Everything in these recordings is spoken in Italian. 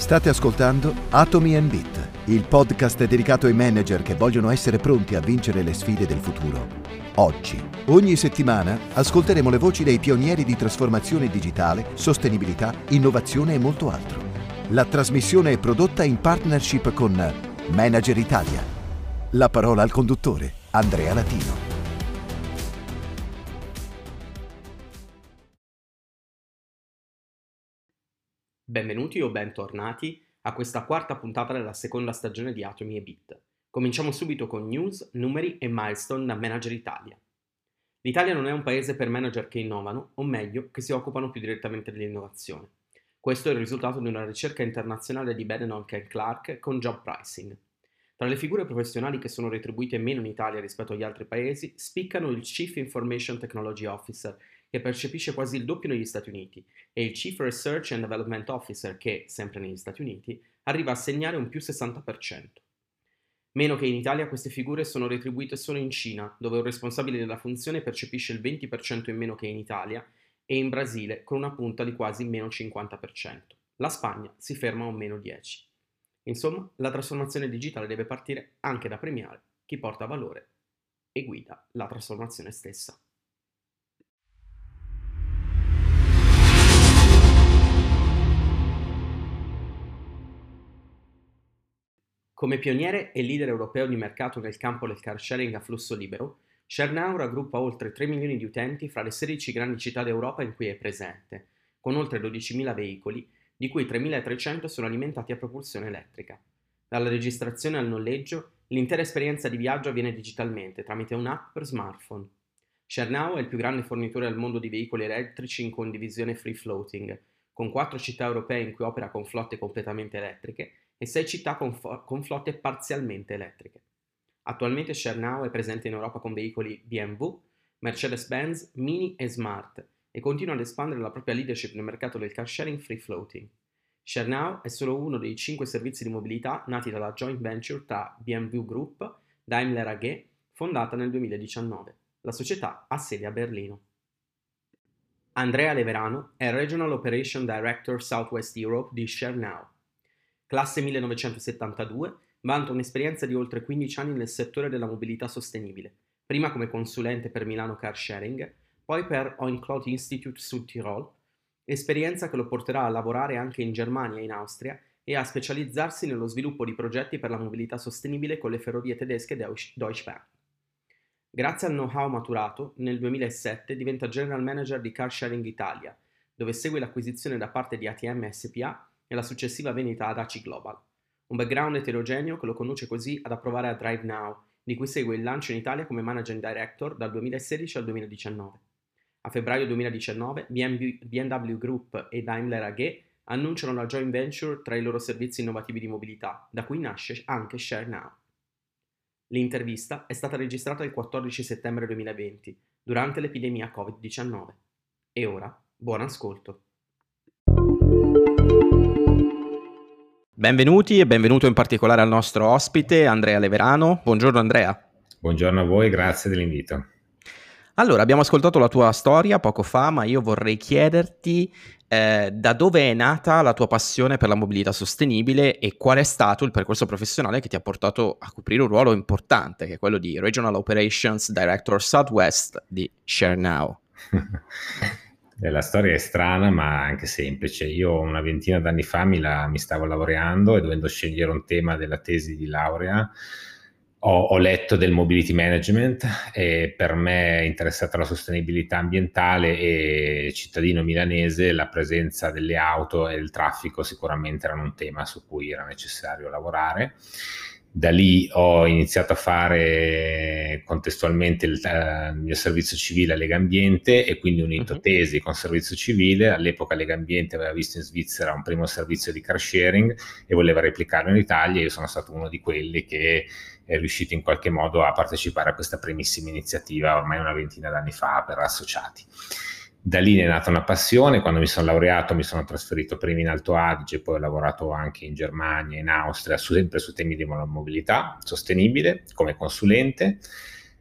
State ascoltando Atomi and Bit, il podcast dedicato ai manager che vogliono essere pronti a vincere le sfide del futuro. Oggi, ogni settimana, ascolteremo le voci dei pionieri di trasformazione digitale, sostenibilità, innovazione e molto altro. La trasmissione è prodotta in partnership con Manager Italia. La parola al conduttore, Andrea Latino. Benvenuti o bentornati a questa quarta puntata della seconda stagione di Atomi e Bit. Cominciamo subito con news, numeri e milestone da Manager Italia. L'Italia non è un paese per manager che innovano, o meglio, che si occupano più direttamente dell'innovazione. Questo è il risultato di una ricerca internazionale di Badenoch & Clark con Job Pricing. Tra le figure professionali che sono retribuite meno in Italia rispetto agli altri paesi, spiccano il Chief Information Technology Officer, che percepisce quasi il doppio negli Stati Uniti, e il Chief Research and Development Officer, che, sempre negli Stati Uniti, arriva a segnare un più 60%. Meno che in Italia, queste figure sono retribuite solo in Cina, dove un responsabile della funzione percepisce il 20% in meno che in Italia, e in Brasile con una punta di quasi meno 50%. La Spagna si ferma a un meno 10%. Insomma, la trasformazione digitale deve partire anche da premiare chi porta valore e guida la trasformazione stessa. Come pioniere e leader europeo di mercato nel campo del car sharing a flusso libero, ShareNow raggruppa oltre 3 milioni di utenti fra le 16 grandi città d'Europa in cui è presente, con oltre 12.000 veicoli, di cui 3.300 sono alimentati a propulsione elettrica. Dalla registrazione al noleggio, l'intera esperienza di viaggio avviene digitalmente tramite un'app per smartphone. ShareNow è il più grande fornitore al mondo di veicoli elettrici in condivisione free floating, con 4 città europee in cui opera con flotte completamente elettriche e 6 città con flotte parzialmente elettriche. Attualmente ShareNow è presente in Europa con veicoli BMW, Mercedes-Benz, Mini e Smart e continua ad espandere la propria leadership nel mercato del car sharing free floating. ShareNow è solo uno dei 5 servizi di mobilità nati dalla joint venture tra BMW Group, Daimler AG, fondata nel 2019. La società ha sede a Berlino. Andrea Leverano è Regional Operation Director Southwest Europe di ShareNow. Classe 1972, vanta un'esperienza di oltre 15 anni nel settore della mobilità sostenibile, prima come consulente per Milano Car Sharing, poi per OnCloud Institute Südtirol, esperienza che lo porterà a lavorare anche in Germania e in Austria e a specializzarsi nello sviluppo di progetti per la mobilità sostenibile con le ferrovie tedesche Deutsche Bahn. Grazie al know-how maturato, nel 2007 diventa General Manager di Car Sharing Italia, dove segue l'acquisizione da parte di ATM SPA e la successiva vendita ad ACI Global. Un background eterogeneo che lo conduce così ad approvare a Drive Now, di cui segue il lancio in Italia come Managing Director dal 2016 al 2019. A febbraio 2019 BMW Group e Daimler AG annunciano la joint venture tra i loro servizi innovativi di mobilità, da cui nasce anche ShareNow. L'intervista è stata registrata il 14 settembre 2020, durante l'epidemia Covid-19. E ora, buon ascolto. Benvenuti e benvenuto in particolare al nostro ospite Andrea Leverano. Buongiorno Andrea. Buongiorno a voi, grazie dell'invito. Allora, abbiamo ascoltato la tua storia poco fa, ma io vorrei chiederti da dove è nata la tua passione per la mobilità sostenibile e qual è stato il percorso professionale che ti ha portato a coprire un ruolo importante, che è quello di Regional Operations Director Southwest di ShareNow. La storia è strana ma anche semplice. Io una ventina d'anni fa mi stavo laureando e dovendo scegliere un tema della tesi di laurea ho letto del mobility management e per me, interessata alla sostenibilità ambientale e cittadino milanese, la presenza delle auto e il traffico sicuramente erano un tema su cui era necessario lavorare. Da lì ho iniziato a fare contestualmente il mio servizio civile a Legambiente e quindi unito tesi con servizio civile. All'epoca Legambiente aveva visto in Svizzera un primo servizio di car sharing e voleva replicarlo in Italia. Io sono stato uno di quelli che è riuscito in qualche modo a partecipare a questa primissima iniziativa ormai una ventina d'anni fa per associati. Da lì è nata una passione. Quando mi sono laureato mi sono trasferito prima in Alto Adige, poi ho lavorato anche in Germania, in Austria, sempre su temi di mobilità sostenibile come consulente.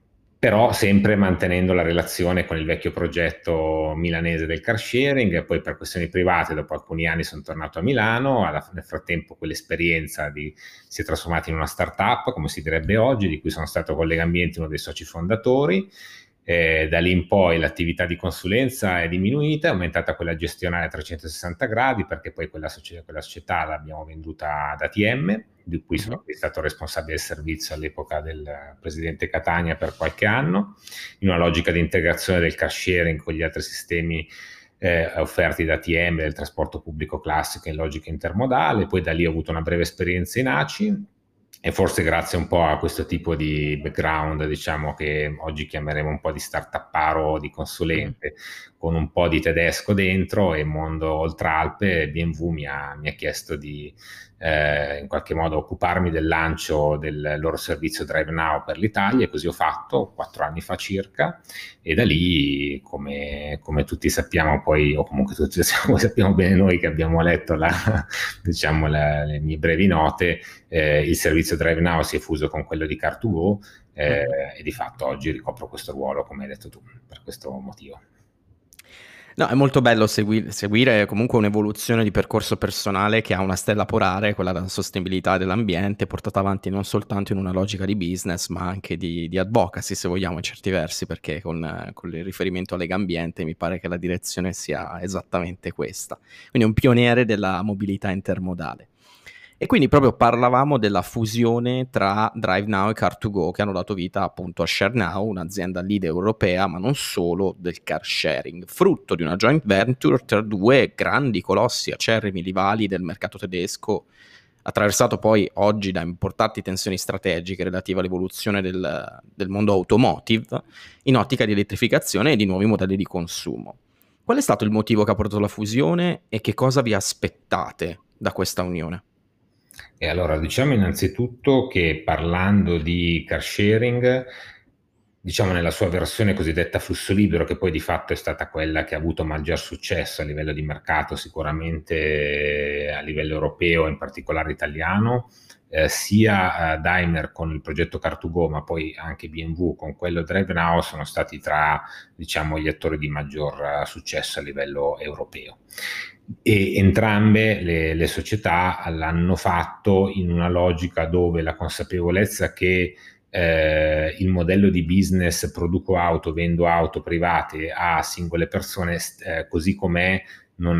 però sempre mantenendo la relazione con il vecchio progetto milanese del car sharing. E poi per questioni private dopo alcuni anni sono tornato a Milano. Nel frattempo quell'esperienza si è trasformata in una startup, come si direbbe oggi, di cui sono stato con Legambiente uno dei soci fondatori. Da lì in poi l'attività di consulenza è diminuita, è aumentata quella gestionale a 360 gradi, perché poi quella società l'abbiamo venduta ad ATM, di cui sono stato responsabile del servizio all'epoca del presidente Catania per qualche anno, in una logica di integrazione del car sharing con gli altri sistemi offerti da ATM, del trasporto pubblico classico in logica intermodale. Poi da lì ho avuto una breve esperienza in ACI, e forse grazie un po' a questo tipo di background, diciamo, che oggi chiameremo un po' di startupparo, di consulente, con un po' di tedesco dentro e mondo oltre Alpe, BMW mi ha chiesto di in qualche modo occuparmi del lancio del loro servizio DriveNow per l'Italia, e così ho fatto 4 anni fa circa. E da lì, come tutti sappiamo poi, o comunque tutti sappiamo bene noi che abbiamo letto diciamo le mie brevi note, il servizio DriveNow si è fuso con quello di Car2Go, e di fatto oggi ricopro questo ruolo, come hai detto tu, per questo motivo. No, è molto bello seguire comunque un'evoluzione di percorso personale che ha una stella polare, quella della sostenibilità dell'ambiente, portata avanti non soltanto in una logica di business, ma anche di advocacy, se vogliamo, in certi versi, perché con il riferimento a Legambiente mi pare che la direzione sia esattamente questa. Quindi un pioniere della mobilità intermodale. E quindi proprio parlavamo della fusione tra DriveNow e Car2Go, che hanno dato vita appunto a ShareNow, un'azienda lead europea, ma non solo, del car sharing, frutto di una joint venture tra due grandi colossi acerrimi rivali del mercato tedesco, attraversato poi oggi da importanti tensioni strategiche relative all'evoluzione del mondo automotive, in ottica di elettrificazione e di nuovi modelli di consumo. Qual è stato il motivo che ha portato alla fusione e che cosa vi aspettate da questa unione? E allora diciamo innanzitutto che, parlando di car sharing, diciamo nella sua versione cosiddetta flusso libero, che poi di fatto è stata quella che ha avuto maggior successo a livello di mercato, sicuramente a livello europeo, in particolare italiano, sia Daimler con il progetto Car2Go, ma poi anche BMW con quello DriveNow, sono stati tra, diciamo, gli attori di maggior successo a livello europeo. E entrambe le società l'hanno fatto in una logica dove la consapevolezza che il modello di business produco auto, vendo auto private a singole persone, così com'è, non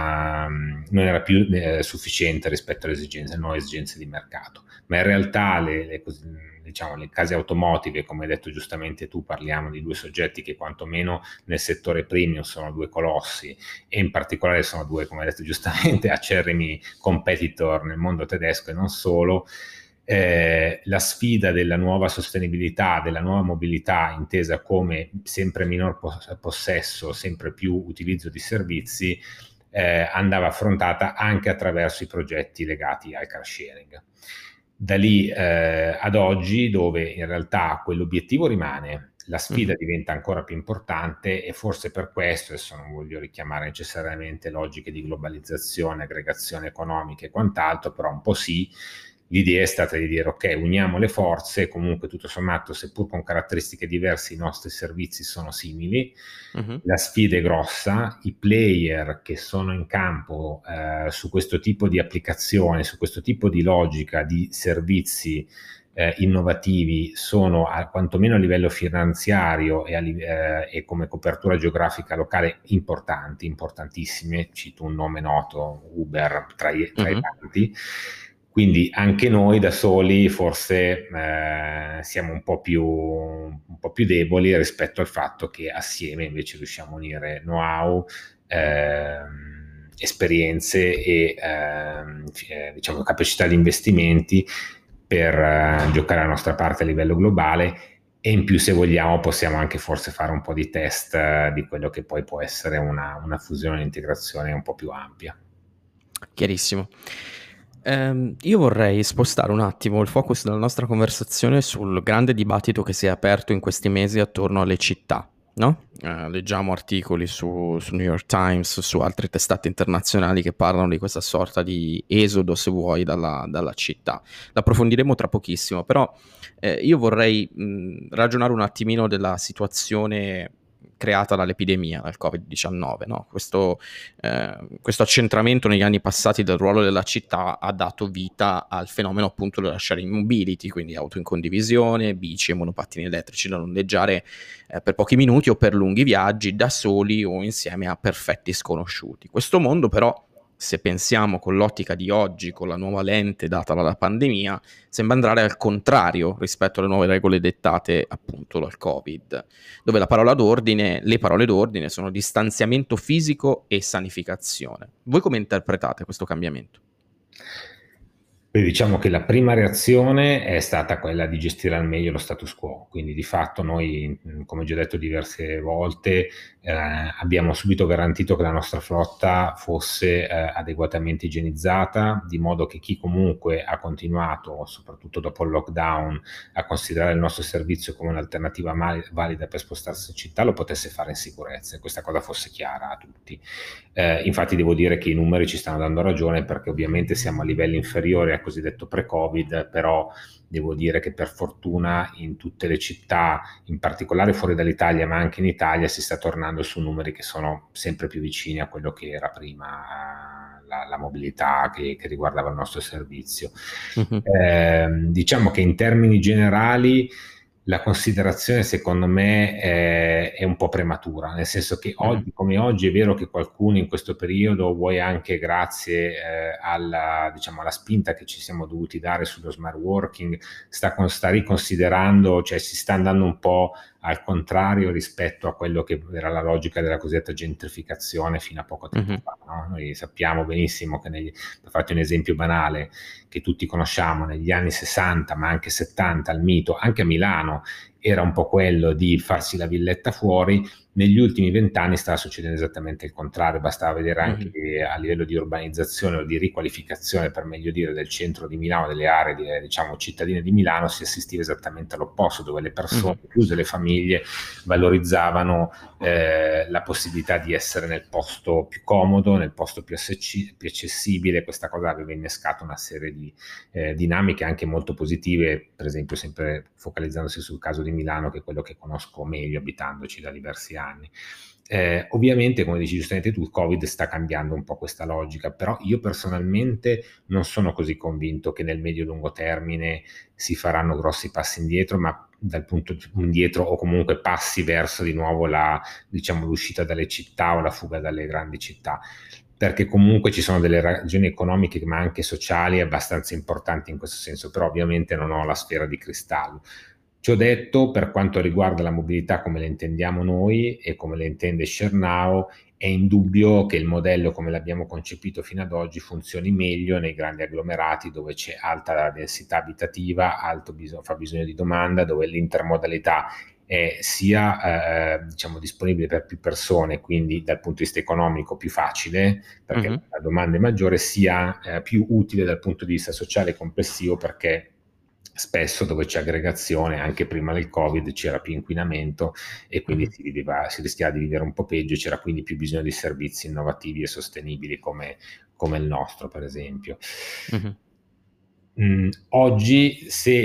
era più sufficiente rispetto alle nuove esigenze di mercato. Ma in realtà diciamo, le case automotive, come hai detto giustamente tu, parliamo di due soggetti che quantomeno nel settore premium sono due colossi, e in particolare sono due, come hai detto giustamente, acerrimi competitor nel mondo tedesco e non solo. La sfida della nuova sostenibilità, della nuova mobilità, intesa come sempre minor possesso, sempre più utilizzo di servizi, andava affrontata anche attraverso i progetti legati al car sharing. Da lì ad oggi, dove in realtà quell'obiettivo rimane, la sfida diventa ancora più importante, e forse per questo, adesso non voglio richiamare necessariamente logiche di globalizzazione, aggregazione economica e quant'altro, però un po' sì. L'idea è stata di dire: ok, uniamo le forze, comunque tutto sommato, seppur con caratteristiche diverse, i nostri servizi sono simili, la sfida è grossa, i player che sono in campo su questo tipo di applicazione, su questo tipo di logica di servizi innovativi, sono quantomeno a livello finanziario e come copertura geografica locale importantissime. Cito un nome noto, Uber, tra i tanti. Quindi anche noi da soli forse siamo un po' più deboli rispetto al fatto che assieme invece riusciamo a unire know-how, esperienze e diciamo capacità di investimenti per giocare la nostra parte a livello globale. E in più, se vogliamo, possiamo anche forse fare un po' di test di quello che poi può essere una fusione e integrazione un po' più ampia. Chiarissimo. Io vorrei spostare un attimo il focus della nostra conversazione sul grande dibattito che si è aperto in questi mesi attorno alle città, no? Leggiamo articoli su New York Times, su altre testate internazionali che parlano di questa sorta di esodo, se vuoi, dalla città. L'approfondiremo tra pochissimo, però io vorrei ragionare un attimino della situazione creata dall'epidemia, dal Covid-19, no? Questo accentramento negli anni passati del ruolo della città ha dato vita al fenomeno appunto della sharing mobility, quindi auto in condivisione, bici e monopattini elettrici da noleggiare per pochi minuti o per lunghi viaggi da soli o insieme a perfetti sconosciuti. Questo mondo però, se pensiamo con l'ottica di oggi, con la nuova lente data dalla pandemia, sembra andare al contrario rispetto alle nuove regole dettate appunto dal Covid, dove le parole d'ordine sono distanziamento fisico e sanificazione. Voi come interpretate questo cambiamento? Beh, diciamo che la prima reazione è stata quella di gestire al meglio lo status quo, quindi di fatto noi, come già detto diverse volte, abbiamo subito garantito che la nostra flotta fosse adeguatamente igienizzata, di modo che chi comunque ha continuato, soprattutto dopo il lockdown, a considerare il nostro servizio come un'alternativa valida per spostarsi in città lo potesse fare in sicurezza e questa cosa fosse chiara a tutti. Infatti devo dire che i numeri ci stanno dando ragione, perché ovviamente siamo a livelli inferiori al cosiddetto pre-Covid, però devo dire che per fortuna in tutte le città, in particolare fuori dall'Italia ma anche in Italia, si sta tornando su numeri che sono sempre più vicini a quello che era prima la mobilità che riguardava il nostro servizio. Diciamo che in termini generali la considerazione secondo me è un po' prematura, nel senso che oggi come oggi è vero che qualcuno in questo periodo, vuoi anche grazie alla spinta che ci siamo dovuti dare sullo smart working, sta riconsiderando, cioè si sta andando un po' al contrario rispetto a quello che era la logica della cosiddetta gentrificazione fino a poco tempo fa, no? Noi sappiamo benissimo che, per farti un esempio banale che tutti conosciamo, negli anni 60 ma anche 70 il mito, anche a Milano, era un po' quello di farsi la villetta fuori. Negli ultimi 20 anni stava succedendo esattamente il contrario, bastava vedere anche a livello di urbanizzazione o di riqualificazione, per meglio dire, del centro di Milano, delle aree diciamo cittadine di Milano, si assistiva esattamente all'opposto, dove le persone, incluse le famiglie, valorizzavano la possibilità di essere nel posto più comodo, nel posto più accessibile. Questa cosa aveva innescato una serie di dinamiche anche molto positive, per esempio sempre focalizzandosi sul caso di Milano, che è quello che conosco meglio abitandoci da diversi anni. Ovviamente, come dici giustamente tu, il Covid sta cambiando un po' questa logica, però io personalmente non sono così convinto che nel medio-lungo termine si faranno grossi passi indietro, ma dal punto indietro o comunque passi verso di nuovo l'uscita dalle città o la fuga dalle grandi città, perché comunque ci sono delle ragioni economiche ma anche sociali abbastanza importanti in questo senso, però ovviamente non ho la sfera di cristallo. Ciò detto, per quanto riguarda la mobilità come la intendiamo noi e come la intende ShareNow, è indubbio che il modello come l'abbiamo concepito fino ad oggi funzioni meglio nei grandi agglomerati, dove c'è alta densità abitativa, fabbisogno di domanda, dove l'intermodalità è sia disponibile per più persone, quindi dal punto di vista economico più facile, perché la domanda è maggiore, sia più utile dal punto di vista sociale e complessivo, perché spesso dove c'è aggregazione, anche prima del Covid, c'era più inquinamento e quindi si rischiava di vivere un po' peggio, c'era quindi più bisogno di servizi innovativi e sostenibili come il nostro, per esempio. Oggi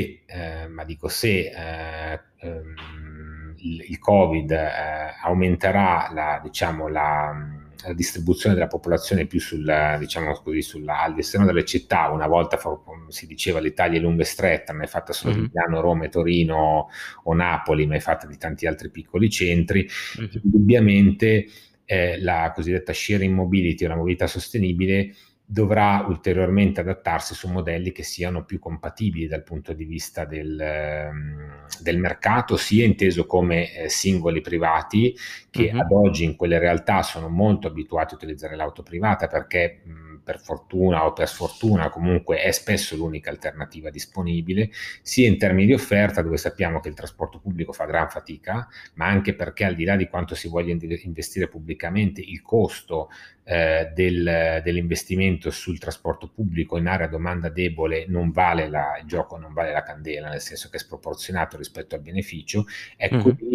il Covid aumenterà la distribuzione della popolazione più all'esterno delle città. Una volta si diceva l'Italia è lunga e stretta, non è fatta solo di Milano, Roma, Torino o Napoli, ma è fatta di tanti altri piccoli centri. Indubbiamente la cosiddetta sharing mobility o la mobilità sostenibile dovrà ulteriormente adattarsi su modelli che siano più compatibili dal punto di vista del mercato, sia inteso come singoli privati che ad oggi in quelle realtà sono molto abituati a utilizzare l'auto privata, perché per fortuna o per sfortuna comunque è spesso l'unica alternativa disponibile, sia in termini di offerta, dove sappiamo che il trasporto pubblico fa gran fatica, ma anche perché al di là di quanto si voglia investire pubblicamente, il costo dell'investimento sul trasporto pubblico in area domanda debole non vale il gioco non vale la candela, nel senso che è sproporzionato rispetto al beneficio. Ecco,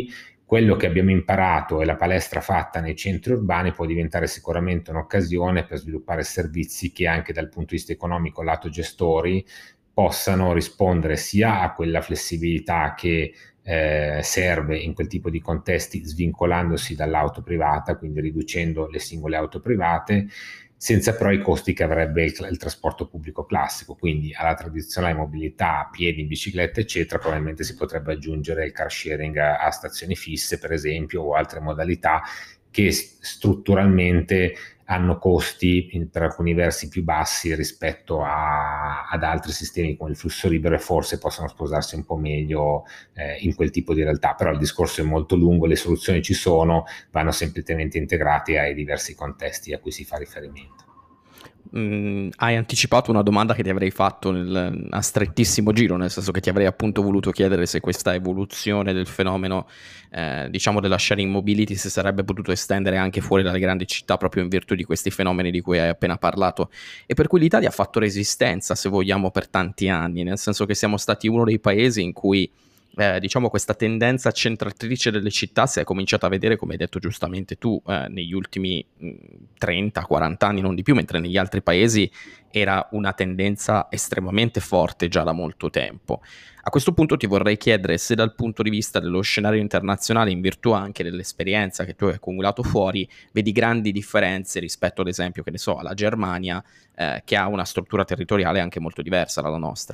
quello che abbiamo imparato e la palestra fatta nei centri urbani può diventare sicuramente un'occasione per sviluppare servizi che anche dal punto di vista economico, lato gestori, possano rispondere sia a quella flessibilità che serve in quel tipo di contesti, svincolandosi dall'auto privata, quindi riducendo le singole auto private, senza però i costi che avrebbe il trasporto pubblico classico. Quindi alla tradizionale mobilità a piedi, in bicicletta, eccetera, probabilmente si potrebbe aggiungere il car sharing a stazioni fisse, per esempio, o altre modalità che strutturalmente hanno costi per alcuni versi più bassi rispetto ad altri sistemi come il flusso libero, e forse possono sposarsi un po' meglio in quel tipo di realtà. Però il discorso è molto lungo, le soluzioni ci sono, vanno semplicemente integrate ai diversi contesti a cui si fa riferimento. Hai anticipato una domanda che ti avrei fatto a strettissimo giro, nel senso che ti avrei appunto voluto chiedere se questa evoluzione del fenomeno, diciamo, della sharing mobility si sarebbe potuto estendere anche fuori dalle grandi città, proprio in virtù di questi fenomeni di cui hai appena parlato, e per cui l'Italia ha fatto resistenza, se vogliamo, per tanti anni, nel senso che siamo stati uno dei paesi in cui diciamo questa tendenza accentratrice delle città si è cominciata a vedere, come hai detto giustamente tu, negli ultimi 30-40 anni, non di più, mentre negli altri paesi era una tendenza estremamente forte già da molto tempo. A questo punto ti vorrei chiedere se dal punto di vista dello scenario internazionale, in virtù anche dell'esperienza che tu hai accumulato fuori, vedi grandi differenze rispetto ad esempio, che ne so, alla Germania, che ha una struttura territoriale anche molto diversa dalla nostra.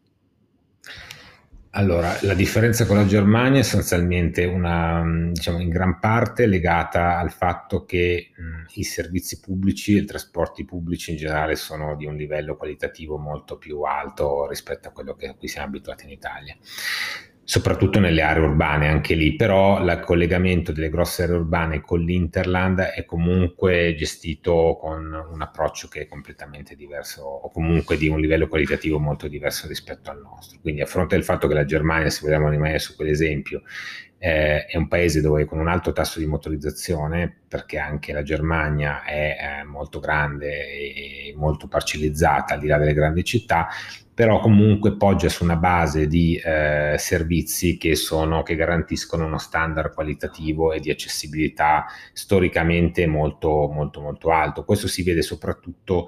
Allora, la differenza con la Germania è essenzialmente diciamo, in gran parte legata al fatto che i servizi pubblici e i trasporti pubblici in generale sono di un livello qualitativo molto più alto rispetto a quello a cui siamo abituati in Italia, soprattutto nelle aree urbane. Anche lì però il collegamento delle grosse aree urbane con l'Interland è comunque gestito con un approccio che è completamente diverso, o comunque di un livello qualitativo molto diverso rispetto al nostro. Quindi, a fronte del fatto che la Germania, se vogliamo rimanere su quell'esempio, è un paese dove con un alto tasso di motorizzazione, perché anche la Germania è molto grande e molto parcellizzata al di là delle grandi città, però comunque poggia su una base di servizi che garantiscono uno standard qualitativo e di accessibilità storicamente molto molto molto alto. Questo si vede soprattutto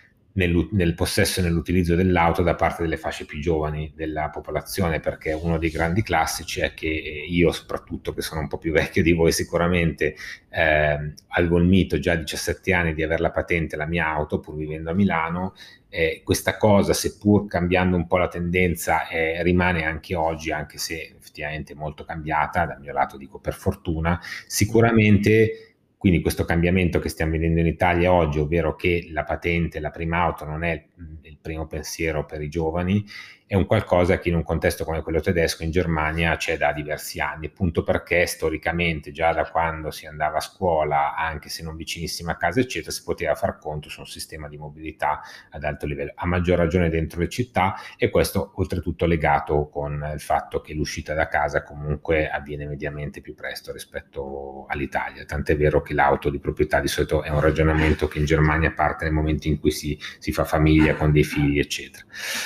nel possesso e nell'utilizzo dell'auto da parte delle fasce più giovani della popolazione, perché uno dei grandi classici è che io, soprattutto, che sono un po' più vecchio di voi sicuramente, avevo il mito già a 17 anni di avere la patente, la mia auto, pur vivendo a Milano. Questa cosa, seppur cambiando un po' la tendenza, rimane anche oggi, anche se effettivamente molto cambiata, dal mio lato dico per fortuna, sicuramente. Quindi questo cambiamento che stiamo vedendo in Italia oggi, ovvero che la patente, la prima auto non è il primo pensiero per i giovani, è un qualcosa che in un contesto come quello tedesco in Germania c'è da diversi anni, appunto perché storicamente, già da quando si andava a scuola, anche se non vicinissima a casa eccetera, si poteva far conto su un sistema di mobilità ad alto livello, a maggior ragione dentro le città, e questo oltretutto legato con il fatto che l'uscita da casa comunque avviene mediamente più presto rispetto all'Italia, tant'è vero che l'auto di proprietà di solito è un ragionamento che in Germania parte nel momento in cui si fa famiglia con dei figli eccetera.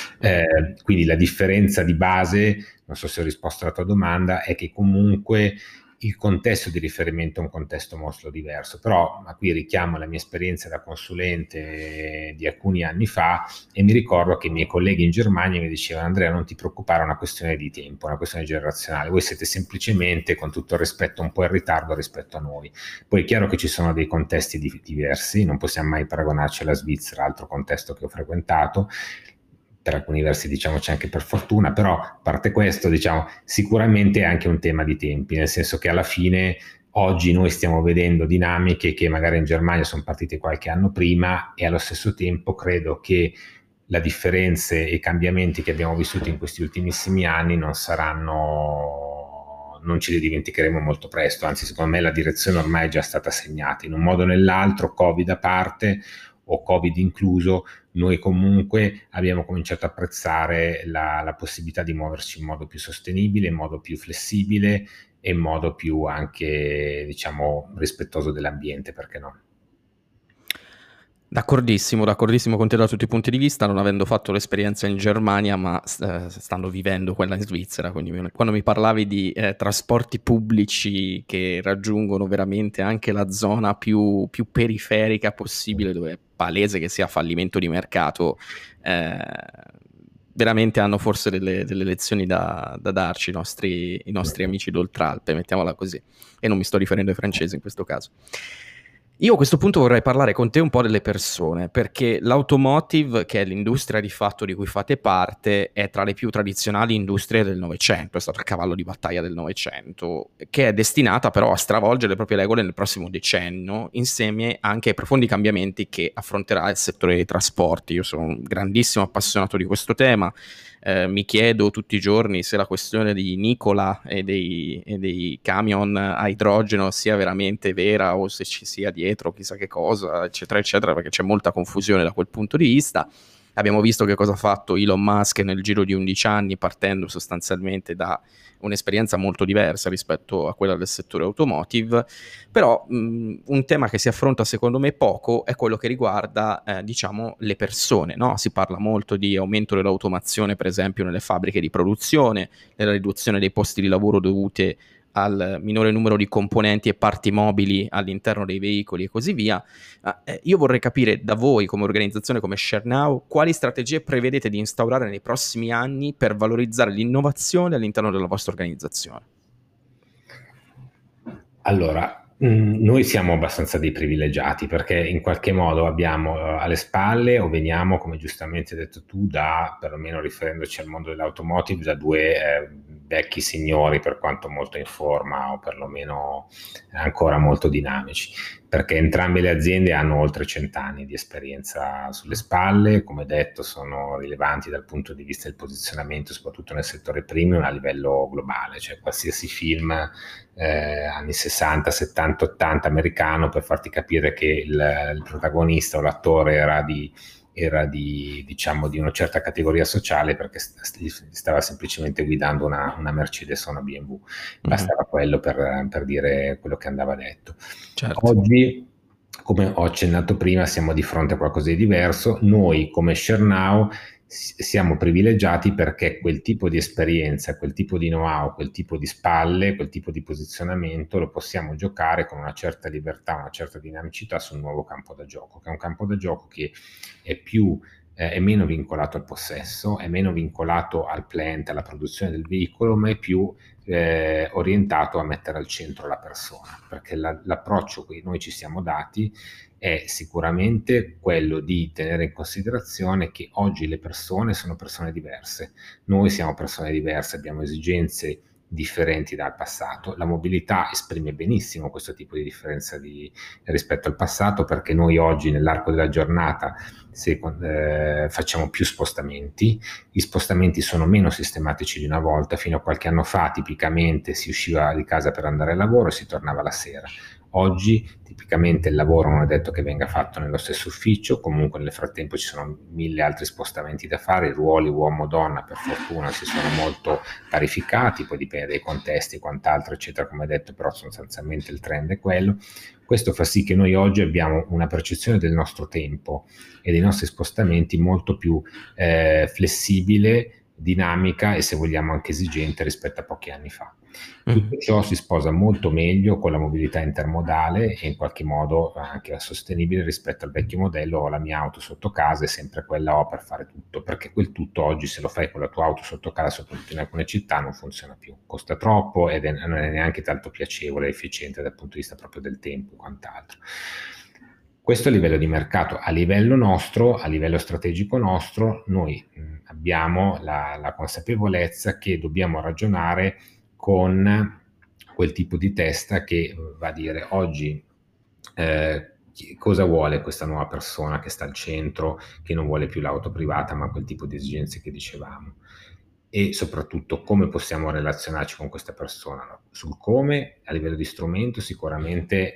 Quindi la differenza di base, non so se ho risposto alla tua domanda, è che comunque il contesto di riferimento è un contesto molto diverso, però qui richiamo la mia esperienza da consulente di alcuni anni fa e mi ricordo che i miei colleghi in Germania mi dicevano: Andrea, non ti preoccupare, è una questione di tempo, è una questione generazionale, voi siete semplicemente, con tutto il rispetto, un po' in ritardo rispetto a noi. Poi è chiaro che ci sono dei contesti diversi, non possiamo mai paragonarci alla Svizzera, altro contesto che ho frequentato, per alcuni versi diciamoci anche per fortuna, però a parte questo, diciamo, sicuramente è anche un tema di tempi, nel senso che alla fine oggi noi stiamo vedendo dinamiche che magari in Germania sono partite qualche anno prima, e allo stesso tempo credo che le differenze e i cambiamenti che abbiamo vissuto in questi ultimissimi anni non ci li dimenticheremo molto presto, anzi secondo me la direzione ormai è già stata segnata in un modo o nell'altro, Covid a parte o Covid incluso. Noi comunque abbiamo cominciato a apprezzare la possibilità di muoverci in modo più sostenibile, in modo più flessibile e in modo più anche, diciamo, rispettoso dell'ambiente, perché no? D'accordissimo con te da tutti i punti di vista, non avendo fatto l'esperienza in Germania, ma stando vivendo quella in Svizzera. Quindi quando mi parlavi di trasporti pubblici che raggiungono veramente anche la zona più periferica possibile, dove è palese che sia fallimento di mercato, veramente hanno forse delle lezioni da darci i nostri amici d'Oltralpe, mettiamola così. E non mi sto riferendo ai francesi in questo caso. Io a questo punto vorrei parlare con te un po' delle persone, perché l'automotive, che è l'industria di fatto di cui fate parte, è tra le più tradizionali industrie del Novecento, è stato il cavallo di battaglia del Novecento, che è destinata però a stravolgere le proprie regole nel prossimo decennio, insieme anche ai profondi cambiamenti che affronterà il settore dei trasporti. Io sono un grandissimo appassionato di questo tema. Mi chiedo tutti i giorni se la questione di Nikola e dei camion a idrogeno sia veramente vera o se ci sia dietro chissà che cosa, eccetera, eccetera, perché c'è molta confusione da quel punto di vista. Abbiamo visto che cosa ha fatto Elon Musk nel giro di 11 anni, partendo sostanzialmente da un'esperienza molto diversa rispetto a quella del settore automotive. Però un tema che si affronta secondo me poco è quello che riguarda diciamo le persone, no? Si parla molto di aumento dell'automazione, per esempio nelle fabbriche di produzione, nella riduzione dei posti di lavoro dovute al minore numero di componenti e parti mobili all'interno dei veicoli e così via. Io vorrei capire da voi, come organizzazione, come ShareNow, quali strategie prevedete di instaurare nei prossimi anni per valorizzare l'innovazione all'interno della vostra organizzazione. Allora, noi siamo abbastanza dei privilegiati, perché in qualche modo abbiamo alle spalle, o veniamo, come giustamente hai detto tu, perlomeno riferendoci al mondo dell'automotive, da due vecchi signori, per quanto molto in forma o perlomeno ancora molto dinamici, perché entrambe le aziende hanno oltre 100 anni di esperienza sulle spalle. Come detto, sono rilevanti dal punto di vista del posizionamento, soprattutto nel settore premium a livello globale, cioè qualsiasi film anni 60, 70, 80 americano, per farti capire che il protagonista o l'attore era di diciamo di una certa categoria sociale, perché stava semplicemente guidando una Mercedes o una BMW. Bastava quello per dire quello che andava detto. Certo. Oggi, come ho accennato prima, siamo di fronte a qualcosa di diverso. Noi come ShareNow siamo privilegiati perché quel tipo di esperienza, quel tipo di know-how, quel tipo di spalle, quel tipo di posizionamento lo possiamo giocare con una certa libertà, una certa dinamicità sul nuovo campo da gioco, che è un campo da gioco che è meno vincolato al possesso, è meno vincolato al plant, alla produzione del veicolo, ma è più orientato a mettere al centro la persona, perché l'approccio che noi ci siamo dati è sicuramente quello di tenere in considerazione che oggi le persone sono persone diverse, noi siamo persone diverse, abbiamo esigenze differenti dal passato. La mobilità esprime benissimo questo tipo di differenza rispetto al passato, perché noi oggi nell'arco della giornata facciamo più spostamenti. Gli spostamenti sono meno sistematici di una volta. Fino a qualche anno fa tipicamente si usciva di casa per andare al lavoro e si tornava la sera. Oggi tipicamente il lavoro non è detto che venga fatto nello stesso ufficio, comunque nel frattempo ci sono 1000 altri spostamenti da fare, i ruoli uomo-donna per fortuna si sono molto parificati, poi dipende dai contesti e quant'altro eccetera, come detto, però sostanzialmente il trend è quello. Questo fa sì che noi oggi abbiamo una percezione del nostro tempo e dei nostri spostamenti molto più flessibile, dinamica e, se vogliamo, anche esigente rispetto a pochi anni fa. Tutto ciò si sposa molto meglio con la mobilità intermodale e in qualche modo anche sostenibile rispetto al vecchio modello: ho la mia auto sotto casa e sempre quella ho per fare tutto, perché quel tutto oggi, se lo fai con la tua auto sotto casa, soprattutto in alcune città, non funziona più, costa troppo ed non è neanche tanto piacevole e efficiente dal punto di vista proprio del tempo e quant'altro. Questo a livello di mercato. A livello nostro, a livello strategico nostro, noi abbiamo la consapevolezza che dobbiamo ragionare con quel tipo di testa che va a dire: oggi cosa vuole questa nuova persona che sta al centro, che non vuole più l'auto privata ma quel tipo di esigenze che dicevamo, e soprattutto come possiamo relazionarci con questa persona. Sul come, a livello di strumento, sicuramente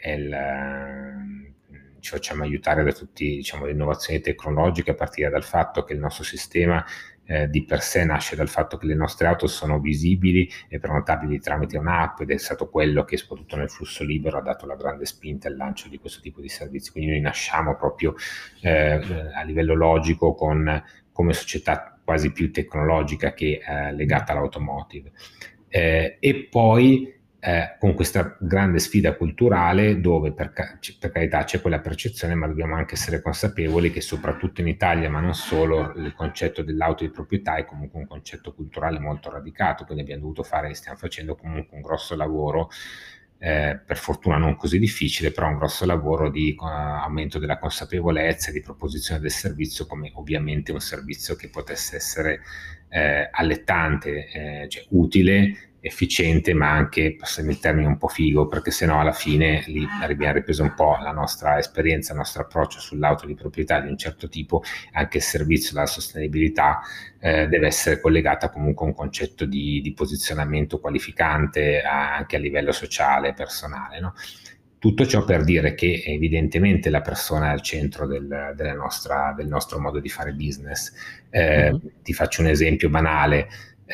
ci facciamo aiutare da tutte, diciamo, le innovazioni tecnologiche, a partire dal fatto che il nostro sistema di per sé nasce dal fatto che le nostre auto sono visibili e prenotabili tramite un'app, ed è stato quello che soprattutto nel flusso libero ha dato la grande spinta al lancio di questo tipo di servizi. Quindi noi nasciamo proprio a livello logico come società quasi più tecnologica che legata all'automotive. E poi con questa grande sfida culturale dove per carità c'è quella percezione, ma dobbiamo anche essere consapevoli che soprattutto in Italia, ma non solo, il concetto dell'auto di proprietà è comunque un concetto culturale molto radicato, quindi abbiamo dovuto fare e stiamo facendo comunque un grosso lavoro, per fortuna non così difficile, però un grosso lavoro di aumento della consapevolezza e di proposizione del servizio come ovviamente un servizio che potesse essere allettante, cioè utile, efficiente, ma anche, passami il termine, un po' figo, perché sennò alla fine lì abbiamo ripreso un po' la nostra esperienza, il nostro approccio sull'auto di proprietà di un certo tipo. Anche il servizio della sostenibilità deve essere collegata comunque a un concetto di posizionamento qualificante anche a livello sociale e personale, no? Tutto ciò per dire che evidentemente la persona è al centro del nostro modo di fare business. Ti faccio un esempio banale.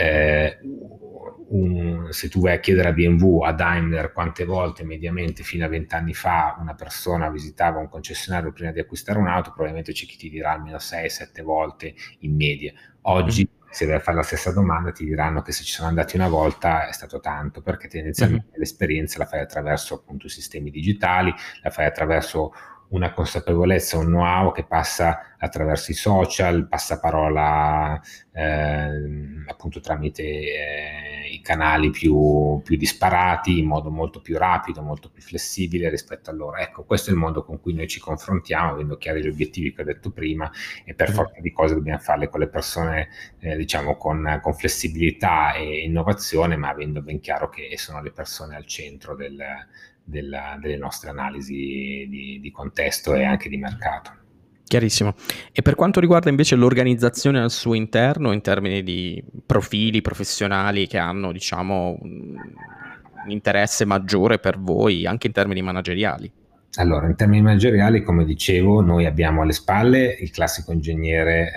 Se tu vai a chiedere a BMW, a Daimler, quante volte mediamente fino a 20 anni fa una persona visitava un concessionario prima di acquistare un'auto, probabilmente c'è chi ti dirà almeno 6-7 volte in media. Oggi se vai a fare la stessa domanda ti diranno che se ci sono andati una volta è stato tanto, perché tendenzialmente l'esperienza la fai attraverso appunto i sistemi digitali, la fai attraverso una consapevolezza, un know-how che passa attraverso i social, passaparola appunto tramite i canali più disparati, in modo molto più rapido, molto più flessibile rispetto a loro. Ecco, questo è il modo con cui noi ci confrontiamo, avendo chiari gli obiettivi che ho detto prima, e per forza di cose dobbiamo farle con le persone diciamo con flessibilità e innovazione, ma avendo ben chiaro che sono le persone al centro delle nostre analisi di contesto e anche di mercato. Chiarissimo. E per quanto riguarda invece l'organizzazione al suo interno, in termini di profili professionali che hanno, diciamo, un interesse maggiore per voi, anche in termini manageriali? Allora, in termini manageriali, come dicevo, noi abbiamo alle spalle il classico ingegnere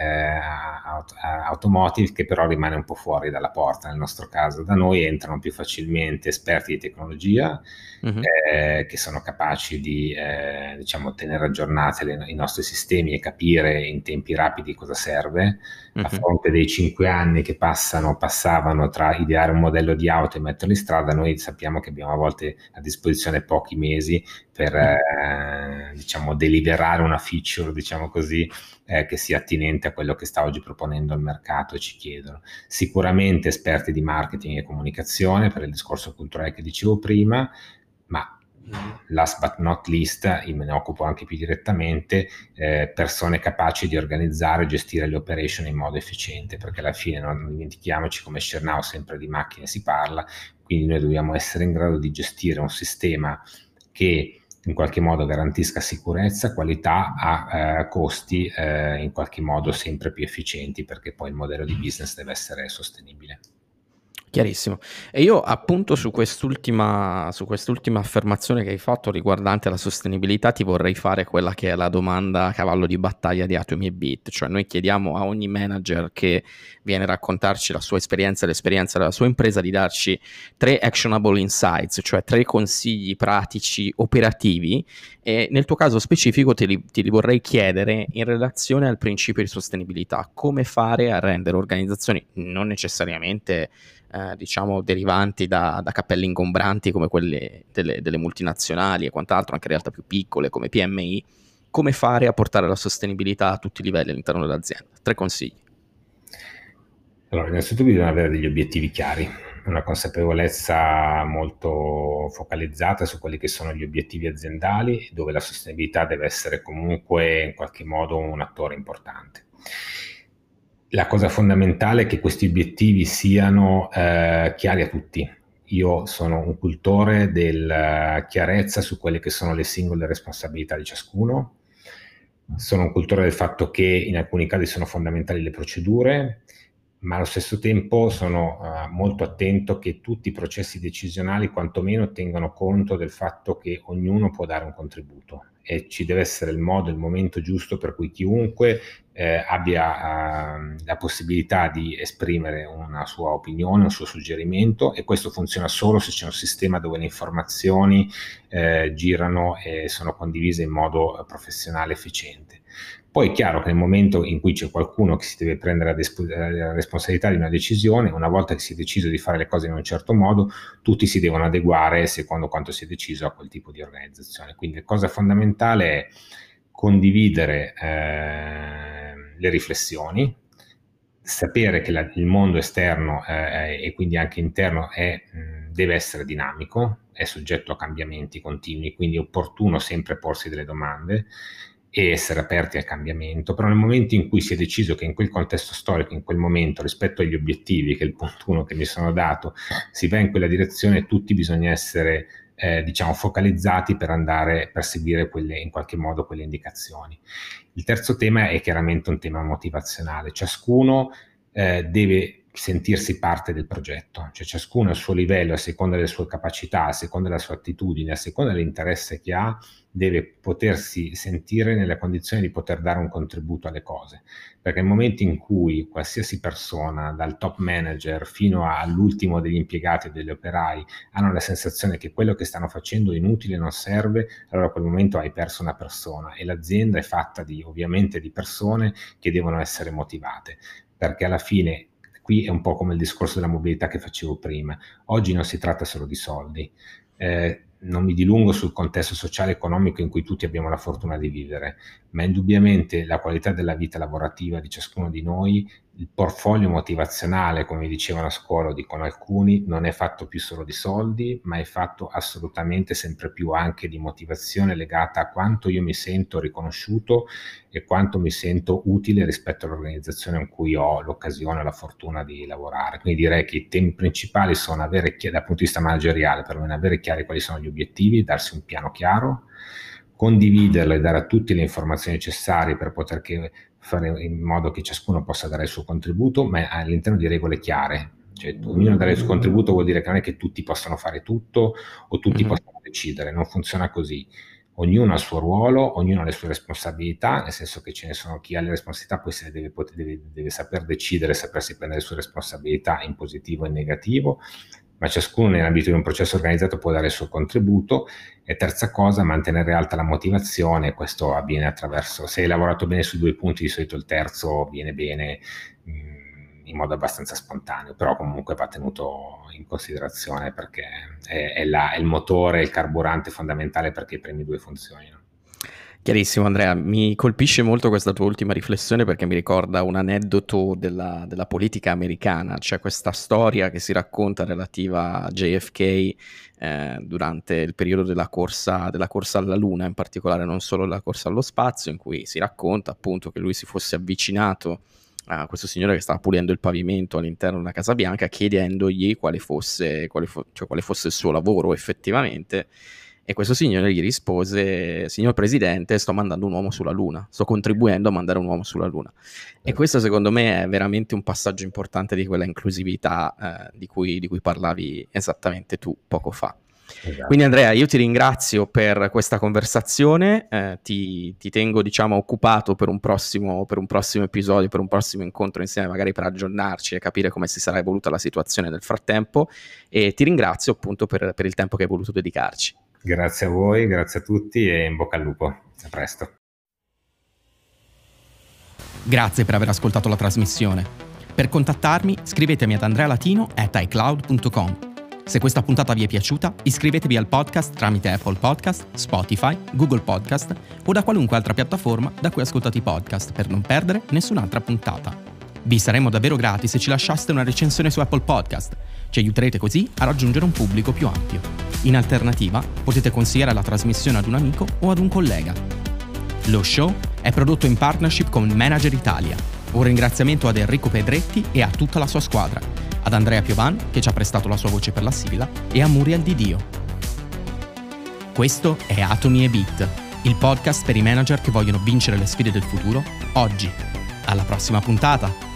automotive, che però rimane un po' fuori dalla porta nel nostro caso. Da noi entrano più facilmente esperti di tecnologia, che sono capaci di diciamo tenere aggiornati i nostri sistemi e capire in tempi rapidi cosa serve. A fronte dei 5 anni che passavano tra ideare un modello di auto e metterlo in strada, noi sappiamo che abbiamo a volte a disposizione pochi mesi per diciamo deliberare una feature, diciamo così, che sia attinente a quello che sta oggi proponendo il mercato e ci chiedono. Sicuramente esperti di marketing e comunicazione per il discorso culturale che dicevo prima, ma last but not least, io me ne occupo anche più direttamente, persone capaci di organizzare e gestire le operation in modo efficiente, perché alla fine non dimentichiamoci, come ShareNow sempre di macchine si parla, quindi noi dobbiamo essere in grado di gestire un sistema che in qualche modo garantisca sicurezza, qualità a costi in qualche modo sempre più efficienti, perché poi il modello di business deve essere sostenibile. Chiarissimo. E io appunto su quest'ultima affermazione che hai fatto riguardante la sostenibilità ti vorrei fare quella che è la domanda a cavallo di battaglia di Atomy e Bit, cioè noi chiediamo a ogni manager che viene a raccontarci la sua esperienza e l'esperienza della sua impresa di darci 3 actionable insights, cioè 3 consigli pratici operativi, e nel tuo caso specifico te li vorrei chiedere in relazione al principio di sostenibilità, come fare a rendere organizzazioni non necessariamente diciamo derivanti da cappelli ingombranti come quelli delle multinazionali e quant'altro, anche realtà più piccole come PMI, come fare a portare la sostenibilità a tutti i livelli all'interno dell'azienda. 3 consigli. Allora, innanzitutto bisogna avere degli obiettivi chiari, una consapevolezza molto focalizzata su quelli che sono gli obiettivi aziendali, dove la sostenibilità deve essere comunque in qualche modo un attore importante. La cosa fondamentale è che questi obiettivi siano chiari a tutti. Io sono un cultore della chiarezza su quelle che sono le singole responsabilità di ciascuno. Sono un cultore del fatto che in alcuni casi sono fondamentali le procedure, ma allo stesso tempo sono molto attento che tutti i processi decisionali quantomeno tengano conto del fatto che ognuno può dare un contributo e ci deve essere il modo, il momento giusto per cui chiunque abbia la possibilità di esprimere una sua opinione, un suo suggerimento, e questo funziona solo se c'è un sistema dove le informazioni girano e sono condivise in modo professionale efficiente. Poi è chiaro che nel momento in cui c'è qualcuno che si deve prendere la responsabilità di una decisione, una volta che si è deciso di fare le cose in un certo modo, tutti si devono adeguare secondo quanto si è deciso a quel tipo di organizzazione. Quindi la cosa fondamentale è condividere le riflessioni, sapere che il mondo esterno e quindi anche interno deve essere dinamico, è soggetto a cambiamenti continui, quindi è opportuno sempre porsi delle domande e essere aperti al cambiamento, però nel momento in cui si è deciso che in quel contesto storico, in quel momento, rispetto agli obiettivi, che è il punto 1 che mi sono dato, si va in quella direzione, tutti bisogna essere focalizzati per seguire in qualche modo quelle indicazioni. Il terzo tema è chiaramente un tema motivazionale. Ciascuno deve sentirsi parte del progetto, cioè ciascuno a suo livello, a seconda delle sue capacità, a seconda della sua attitudine, a seconda dell'interesse che ha, deve potersi sentire nella condizione di poter dare un contributo alle cose, perché nel momento in cui qualsiasi persona, dal top manager fino all'ultimo degli impiegati o degli operai, hanno la sensazione che quello che stanno facendo è inutile, non serve, allora a quel momento hai perso una persona, e l'azienda è fatta ovviamente di persone che devono essere motivate, perché alla fine qui è un po' come il discorso della mobilità che facevo prima. Oggi non si tratta solo di soldi. Non mi dilungo sul contesto sociale e economico in cui tutti abbiamo la fortuna di vivere, ma indubbiamente la qualità della vita lavorativa di ciascuno di noi, il portfolio motivazionale, come dicevano a scuola o dicono alcuni, non è fatto più solo di soldi, ma è fatto assolutamente sempre più anche di motivazione legata a quanto io mi sento riconosciuto e quanto mi sento utile rispetto all'organizzazione in cui ho l'occasione e la fortuna di lavorare. Quindi direi che i temi principali sono avere, dal punto di vista manageriale, perlomeno avere chiari quali sono gli obiettivi, darsi un piano chiaro, condividerlo e dare a tutti le informazioni necessarie per poter fare in modo che ciascuno possa dare il suo contributo, ma all'interno di regole chiare. Cioè, ognuno dare il suo contributo vuol dire che non è che tutti possono fare tutto o tutti possono decidere, non funziona così. Ognuno ha il suo ruolo, ognuno ha le sue responsabilità, nel senso che ce ne sono chi ha le responsabilità, poi se deve saper decidere, sapersi prendere le sue responsabilità in positivo e in negativo, ma ciascuno nell'ambito di un processo organizzato può dare il suo contributo. E terza cosa, mantenere alta la motivazione. Questo avviene attraverso, se hai lavorato bene sui 2 punti, di solito il terzo viene bene in modo abbastanza spontaneo, però comunque va tenuto in considerazione perché è il motore, il carburante fondamentale perché i primi 2 funzionino. Chiarissimo, Andrea, mi colpisce molto questa tua ultima riflessione perché mi ricorda un aneddoto della politica americana. C'è questa storia che si racconta relativa a JFK durante il periodo della corsa alla Luna, in particolare non solo la corsa allo spazio, in cui si racconta appunto che lui si fosse avvicinato a questo signore che stava pulendo il pavimento all'interno della Casa Bianca, chiedendogli quale fosse il suo lavoro effettivamente. E questo signore gli rispose: signor Presidente, sto mandando un uomo sulla Luna, sto contribuendo a mandare un uomo sulla Luna. E questo secondo me è veramente un passaggio importante di quella inclusività di cui parlavi esattamente tu poco fa. Esatto. Quindi Andrea, io ti ringrazio per questa conversazione, ti tengo occupato per un prossimo episodio, per un prossimo incontro insieme, magari per aggiornarci e capire come si sarà evoluta la situazione nel frattempo, e ti ringrazio appunto per il tempo che hai voluto dedicarci. Grazie a voi, grazie a tutti e in bocca al lupo. A presto. Grazie per aver ascoltato la trasmissione. Per contattarmi scrivetemi ad andrealatino@icloud.com. Se questa puntata vi è piaciuta, iscrivetevi al podcast tramite Apple Podcast, Spotify, Google Podcast o da qualunque altra piattaforma da cui ascoltate i podcast per non perdere nessun'altra puntata. Vi saremmo davvero grati se ci lasciaste una recensione su Apple Podcast. Ci aiuterete così a raggiungere un pubblico più ampio. In alternativa, potete consigliare la trasmissione ad un amico o ad un collega. Lo show è prodotto in partnership con Manager Italia. Un ringraziamento ad Enrico Pedretti e a tutta la sua squadra, ad Andrea Piovan, che ci ha prestato la sua voce per la sigla, e a Muriel Di Dio. Questo è Atomi e Bit, il podcast per i manager che vogliono vincere le sfide del futuro oggi. Alla prossima puntata!